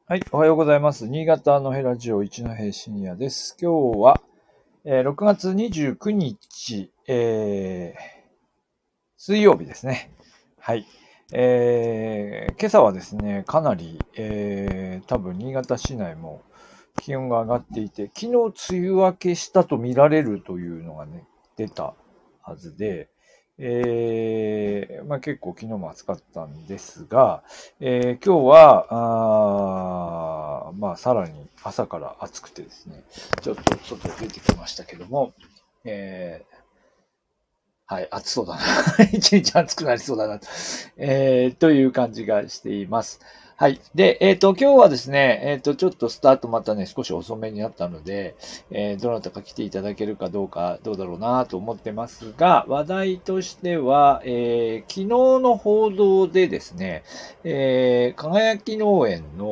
はい、おはようございます。新潟のヘラジオ一戸深夜です。今日は、6月29日、水曜日ですね。はい。今朝はですね、かなり、多分新潟市内も気温が上がっていて、昨日梅雨明けしたと見られるというのがね、出たはずで、結構昨日も暑かったんですが、今日は、さらに朝から暑くてですね、ちょっと外出てきましたけども、はい、暑そうだな。一日暑くなりそうだな。という感じがしています。はい。で、今日はですね、ちょっとスタートまたね、少し遅めになったので、どなたか来ていただけるかどうか、どうだろうなと思ってますが、話題としては、昨日の報道でですね、輝き農園の、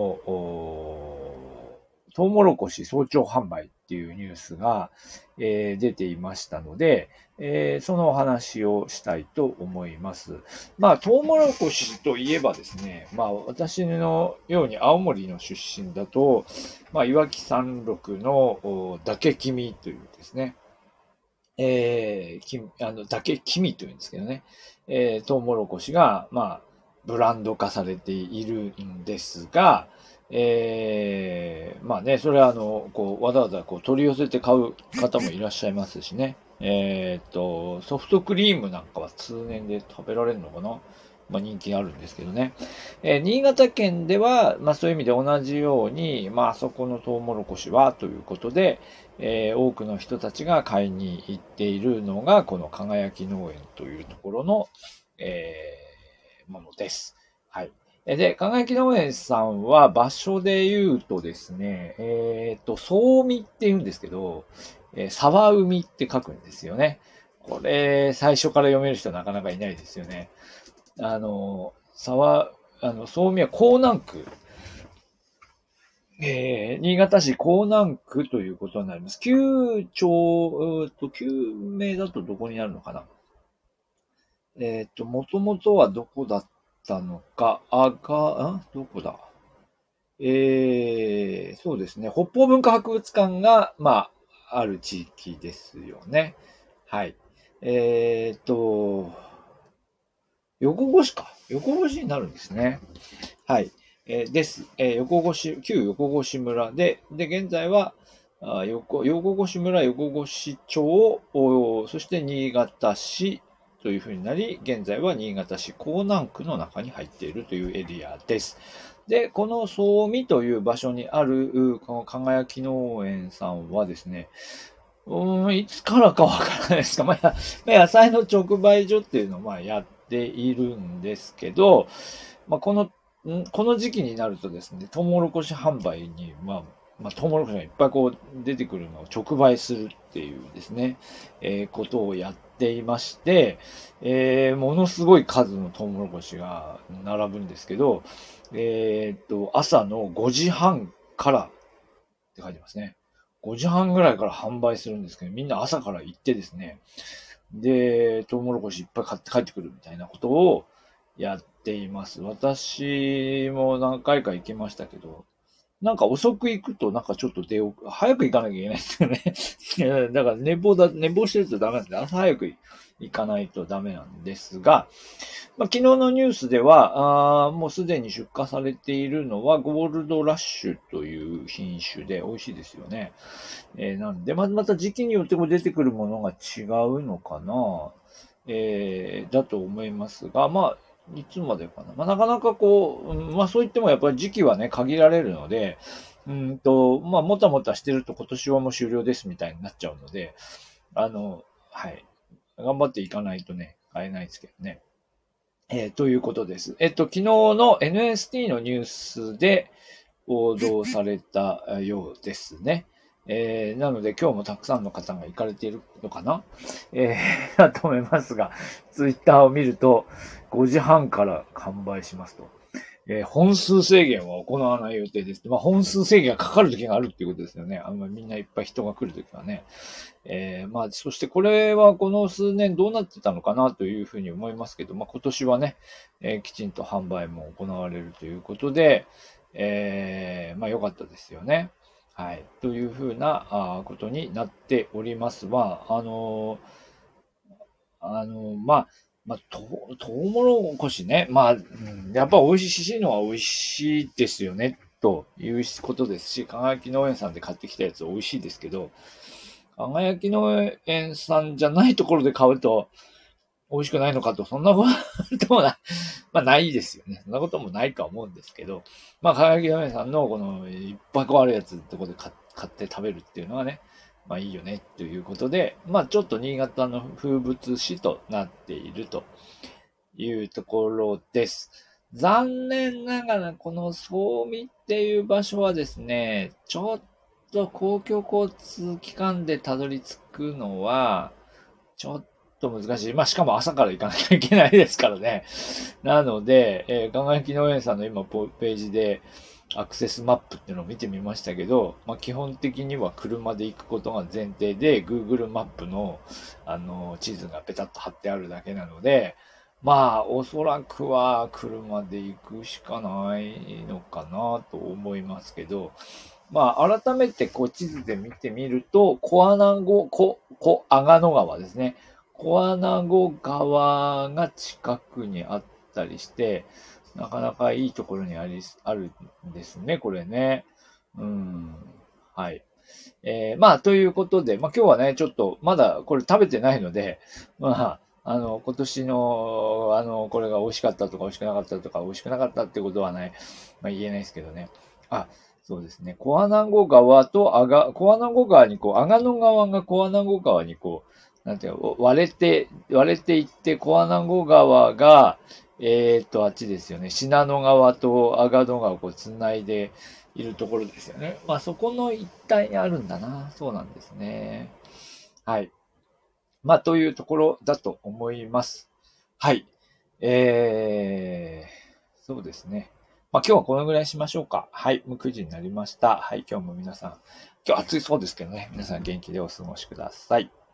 トウモロコシ早朝販売っていうニュースが、出ていましたので、そのお話をしたいと思います。トウモロコシといえばですね、私のように青森の出身だと、岩木山麓の嶽君というですね、嶽君というんですけどね、トウモロコシが、ブランド化されているんですが、それはわざわざ取り寄せて買う方もいらっしゃいますしね。ソフトクリームなんかは通年で食べられるのかな。人気があるんですけどね。新潟県では、そういう意味で同じように、そこのトウモロコシはということで、多くの人たちが買いに行っているのが、この輝き農園というところの、ものです。はい。で、輝き農園さんは場所で言うとですね、総海って言うんですけど、沢海って書くんですよね。これ、最初から読める人はなかなかいないですよね。総海は江南区。新潟市江南区ということになります。旧名だとどこになるのかな。もともとはどこだったのか、どこだそうですね。北方文化博物館が、ある地域ですよね。はい。えーっと、横越しか。横越しになるんですね。はい。です。旧横越村で、現在は、横越村、横越町、そして新潟市というふうになり、現在は新潟市江南区の中に入っているというエリアです。で、この総見という場所にある、この輝き農園さんはですね、いつからかわからないですが、野菜の直売所っていうのをやっているんですけど、この時期になるとですね、トウモロコシ販売に、トウモロコシがいっぱい出てくるのを直売するっていうですね、ことをやっていまして、ものすごい数のトウモロコシが並ぶんですけど、朝の5時半からって書いてますね。5時半ぐらいから販売するんですけど、みんな朝から行ってですね、で、トウモロコシいっぱい買って帰ってくるみたいなことをやっています。私も何回か行きましたけど、なんか遅く行くとちょっと早く行かなきゃいけないですよね。だから寝坊してるとダメなんで、朝早く行かないとダメなんですが、昨日のニュースでは、もうすでに出荷されているのはゴールドラッシュという品種で美味しいですよね。なんで、また時期によって出てくるものが違うのかな、だと思いますが、いつまでかな。なかなかそう言ってもやっぱり時期はね、限られるので、もたもたしてると今年はもう終了ですみたいになっちゃうので、はい。頑張っていかないとね、買えないですけどね。ということです。昨日の NST のニュースで報道されたようですね。なので今日もたくさんの方が行かれているのかなだと思いますが、ツイッターを見ると5時半から完売しますと。本数制限は行わない予定です。本数制限がかかる時があるっていうことですよね。みんないっぱい人が来る時はね。そしてこれはこの数年どうなってたのかなというふうに思いますけど、今年はね、きちんと販売も行われるということで、 良かったですよね。はい。というふうなことになっておりますは、トウモロコシね。やっぱ美味しいのは美味しいですよね、ということですし、輝き農園さんで買ってきたやつ美味しいですけど、輝き農園さんじゃないところで買うと美味しくないのかと、そんなこともないですよね。そんなこともないとは思うんですけど、輝き農園さんのこのいっぱいあるやつのところで買って食べるっていうのはね、いいよねということで、ちょっと新潟の風物詩となっているというところです。残念ながら、この総見っていう場所はですね、ちょっと公共交通機関でたどり着くのは、ちょっと難しい。しかも朝から行かなきゃいけないですからね。なので、輝き農園さんの今ページでアクセスマップっていうのを見てみましたけど、基本的には車で行くことが前提で、Google マップの、地図がペタッと貼ってあるだけなので、おそらくは車で行くしかないのかなと思いますけど、改めて地図で見てみると、阿賀野川ですね。小穴子川が近くにあったりして、なかなかいいところにあるんですね、これね。はい。ということで、今日はね、ちょっと、まだこれ食べてないので、今年の、これが美味しかったとか美味しくなかったとか、美味しくなかったってことはね、言えないですけどね。そうですね。小穴子川と小穴子川に阿賀野川が小穴子川になんていうの、割れていって、小穴子川が、あっちですよね。信濃川と阿賀野川を繋いでいるところですよね。そこの一帯にあるんだな。そうなんですね。はい。というところだと思います。はい。そうですね。今日はこのぐらいにしましょうか。はい。もう9時になりました。はい。今日も皆さん、今日暑いそうですけどね。皆さん元気でお過ごしください。